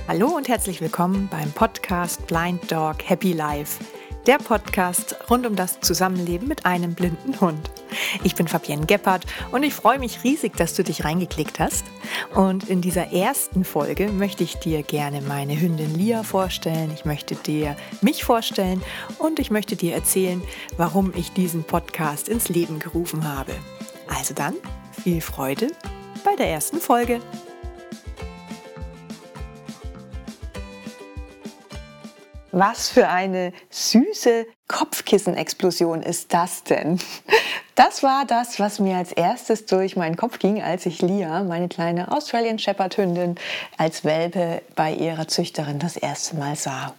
Hallo und herzlich willkommen beim Podcast Blind Dog Happy Life, der Podcast rund um das Zusammenleben mit einem blinden Hund. Ich bin Fabienne Gebhardt und ich freue mich riesig, dass du dich reingeklickt hast. Und in dieser ersten Folge möchte ich dir gerne meine Hündin Lia vorstellen. Ich möchte dir mich vorstellen und ich möchte dir erzählen, warum ich diesen Podcast ins Leben gerufen habe. Also dann, viel Freude bei der ersten Folge. Was für eine süße Kopfkissenexplosion ist das denn? Das war das, was mir als erstes durch meinen Kopf ging, als ich Lia, meine kleine Australian Shepherd Hündin, als Welpe bei ihrer Züchterin das erste Mal sah.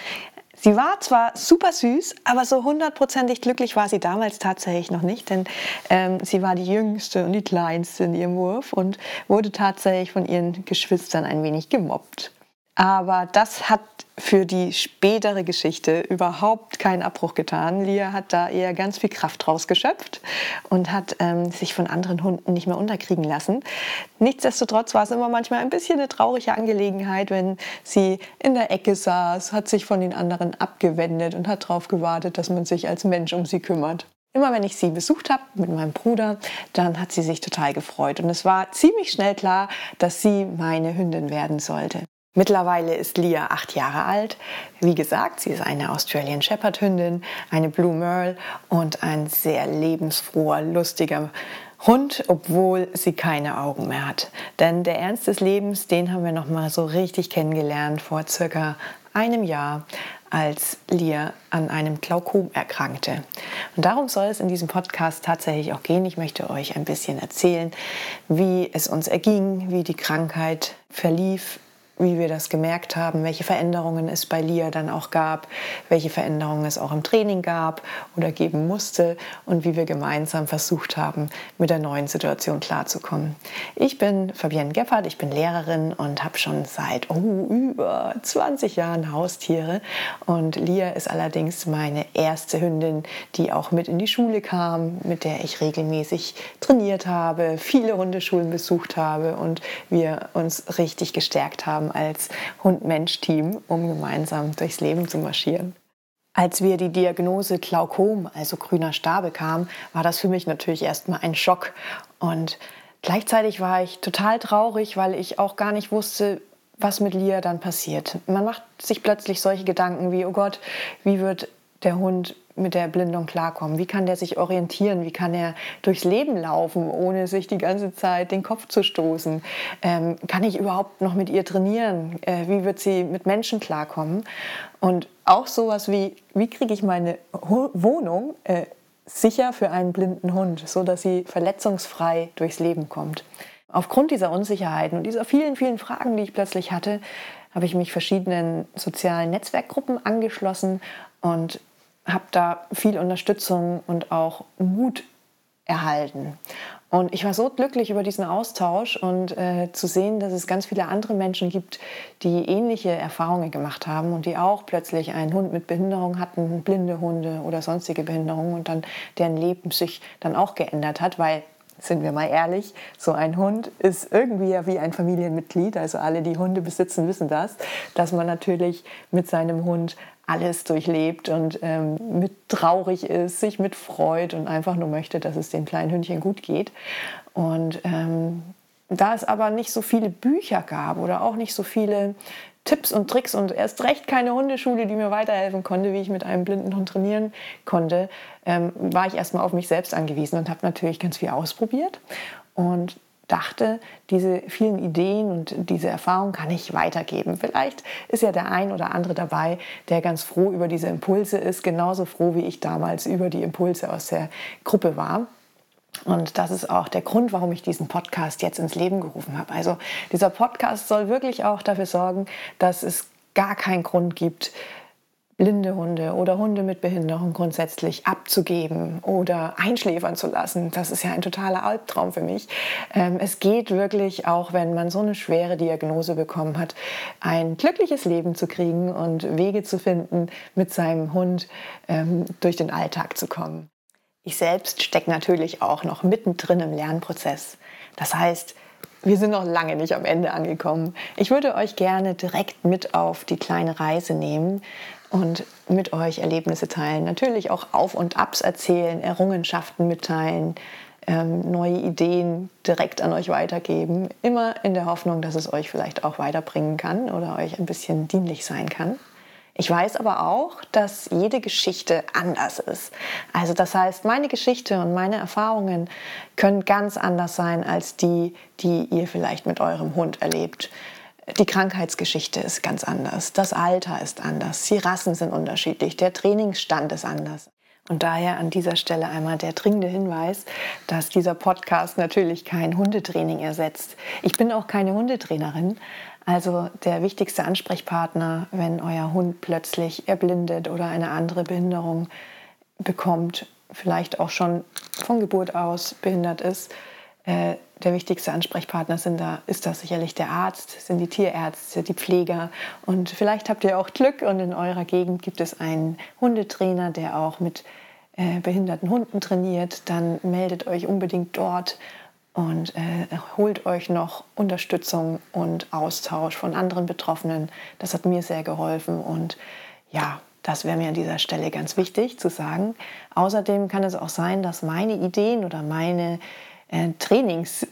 Sie war zwar super süß, aber so 100%ig glücklich war sie damals tatsächlich noch nicht, denn sie war die jüngste und die kleinste in ihrem Wurf und wurde tatsächlich von ihren Geschwistern ein wenig gemobbt. Aber das hat für die spätere Geschichte überhaupt keinen Abbruch getan. Lia hat da eher ganz viel Kraft rausgeschöpft und hat sich von anderen Hunden nicht mehr unterkriegen lassen. Nichtsdestotrotz war es immer manchmal ein bisschen eine traurige Angelegenheit, wenn sie in der Ecke saß, hat sich von den anderen abgewendet und hat darauf gewartet, dass man sich als Mensch um sie kümmert. Immer wenn ich sie besucht habe mit meinem Bruder, dann hat sie sich total gefreut. Und es war ziemlich schnell klar, dass sie meine Hündin werden sollte. Mittlerweile ist Lia 8 Jahre alt. Wie gesagt, sie ist eine Australian Shepherd Hündin, eine Blue Merle und ein sehr lebensfroher, lustiger Hund, obwohl sie keine Augen mehr hat. Denn der Ernst des Lebens, den haben wir noch mal so richtig kennengelernt vor circa einem Jahr, als Lia an einem Glaukom erkrankte. Und darum soll es in diesem Podcast tatsächlich auch gehen. Ich möchte euch ein bisschen erzählen, wie es uns erging, wie die Krankheit verlief, wie wir das gemerkt haben, welche Veränderungen es bei Lia dann auch gab, welche Veränderungen es auch im Training gab oder geben musste und wie wir gemeinsam versucht haben, mit der neuen Situation klarzukommen. Ich bin Fabienne Gebhardt, ich bin Lehrerin und habe schon seit über 20 Jahren Haustiere. Und Lia ist allerdings meine erste Hündin, die auch mit in die Schule kam, mit der ich regelmäßig trainiert habe, viele Hundeschulen besucht habe und wir uns richtig gestärkt haben als Hund-Mensch-Team, um gemeinsam durchs Leben zu marschieren. Als wir die Diagnose Glaukom, also grüner Star, bekamen, war das für mich natürlich erstmal ein Schock. Und gleichzeitig war ich total traurig, weil ich auch gar nicht wusste, was mit Lia dann passiert. Man macht sich plötzlich solche Gedanken wie, oh Gott, wie wird der Hund mit der Blindung klarkommen? Wie kann der sich orientieren? Wie kann er durchs Leben laufen, ohne sich die ganze Zeit den Kopf zu stoßen? Kann ich überhaupt noch mit ihr trainieren? Wie wird sie mit Menschen klarkommen? Und auch sowas wie kriege ich meine Wohnung sicher für einen blinden Hund, so dass sie verletzungsfrei durchs Leben kommt? Aufgrund dieser Unsicherheiten und dieser vielen, vielen Fragen, die ich plötzlich hatte, habe ich mich verschiedenen sozialen Netzwerkgruppen angeschlossen und habe da viel Unterstützung und auch Mut erhalten. Und ich war so glücklich über diesen Austausch und zu sehen, dass es ganz viele andere Menschen gibt, die ähnliche Erfahrungen gemacht haben und die auch plötzlich einen Hund mit Behinderung hatten, blinde Hunde oder sonstige Behinderungen und dann deren Leben sich dann auch geändert hat, weil, sind wir mal ehrlich, so ein Hund ist irgendwie ja wie ein Familienmitglied. Also alle, die Hunde besitzen, wissen das, dass man natürlich mit seinem Hund alles durchlebt und mit traurig ist, sich mit freut und einfach nur möchte, dass es dem kleinen Hündchen gut geht. Und da es aber nicht so viele Bücher gab oder auch nicht so viele Tipps und Tricks und erst recht keine Hundeschule, die mir weiterhelfen konnte, wie ich mit einem blinden Hund trainieren konnte, war ich erstmal auf mich selbst angewiesen und habe natürlich ganz viel ausprobiert und dachte, diese vielen Ideen und diese Erfahrung kann ich weitergeben. Vielleicht ist ja der ein oder andere dabei, der ganz froh über diese Impulse ist, genauso froh wie ich damals über die Impulse aus der Gruppe war. Und das ist auch der Grund, warum ich diesen Podcast jetzt ins Leben gerufen habe. Also dieser Podcast soll wirklich auch dafür sorgen, dass es gar keinen Grund gibt, blinde Hunde oder Hunde mit Behinderung grundsätzlich abzugeben oder einschläfern zu lassen. Das ist ja ein totaler Albtraum für mich. Es geht wirklich, auch wenn man so eine schwere Diagnose bekommen hat, ein glückliches Leben zu kriegen und Wege zu finden, mit seinem Hund durch den Alltag zu kommen. Ich selbst stecke natürlich auch noch mittendrin im Lernprozess. Das heißt, wir sind noch lange nicht am Ende angekommen. Ich würde euch gerne direkt mit auf die kleine Reise nehmen und mit euch Erlebnisse teilen. Natürlich auch Auf- und Abs erzählen, Errungenschaften mitteilen, neue Ideen direkt an euch weitergeben. Immer in der Hoffnung, dass es euch vielleicht auch weiterbringen kann oder euch ein bisschen dienlich sein kann. Ich weiß aber auch, dass jede Geschichte anders ist. Also das heißt, meine Geschichte und meine Erfahrungen können ganz anders sein als die, die ihr vielleicht mit eurem Hund erlebt. Die Krankheitsgeschichte ist ganz anders, das Alter ist anders, die Rassen sind unterschiedlich, der Trainingsstand ist anders. Und daher an dieser Stelle einmal der dringende Hinweis, dass dieser Podcast natürlich kein Hundetraining ersetzt. Ich bin auch keine Hundetrainerin. Also der wichtigste Ansprechpartner, wenn euer Hund plötzlich erblindet oder eine andere Behinderung bekommt, vielleicht auch schon von Geburt aus behindert ist, der wichtigste Ansprechpartner ist da sicherlich der Arzt, sind die Tierärzte, die Pfleger. Und vielleicht habt ihr auch Glück und in eurer Gegend gibt es einen Hundetrainer, der auch mit behinderten Hunden trainiert. Dann meldet euch unbedingt dort und holt euch noch Unterstützung und Austausch von anderen Betroffenen. Das hat mir sehr geholfen und ja, das wäre mir an dieser Stelle ganz wichtig zu sagen. Außerdem kann es auch sein, dass meine Ideen oder meine Trainings,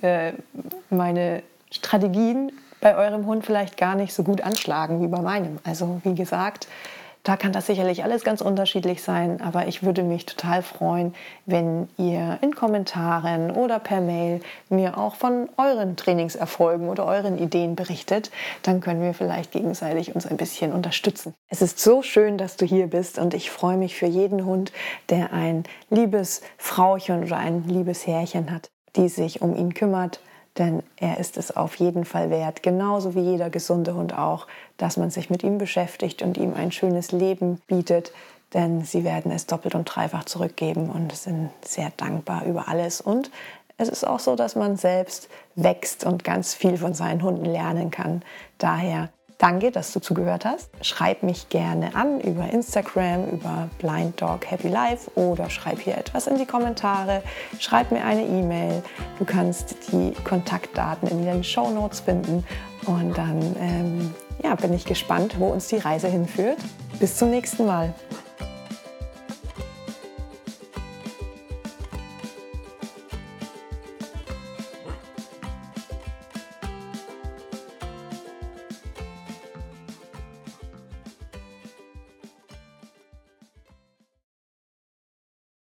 meine Strategien bei eurem Hund vielleicht gar nicht so gut anschlagen wie bei meinem. Also wie gesagt, da kann das sicherlich alles ganz unterschiedlich sein, aber ich würde mich total freuen, wenn ihr in Kommentaren oder per Mail mir auch von euren Trainingserfolgen oder euren Ideen berichtet. Dann können wir vielleicht gegenseitig uns ein bisschen unterstützen. Es ist so schön, dass du hier bist und ich freue mich für jeden Hund, der ein liebes Frauchen oder ein liebes Herrchen hat, die sich um ihn kümmert. Denn er ist es auf jeden Fall wert, genauso wie jeder gesunde Hund auch, dass man sich mit ihm beschäftigt und ihm ein schönes Leben bietet. Denn sie werden es doppelt und dreifach zurückgeben und sind sehr dankbar über alles. Und es ist auch so, dass man selbst wächst und ganz viel von seinen Hunden lernen kann. Daher danke, dass du zugehört hast. Schreib mich gerne an über Instagram, über Blind Dog Happy Life oder schreib hier etwas in die Kommentare. Schreib mir eine E-Mail. Du kannst die Kontaktdaten in den Shownotes finden. Und dann bin ich gespannt, wo uns die Reise hinführt. Bis zum nächsten Mal.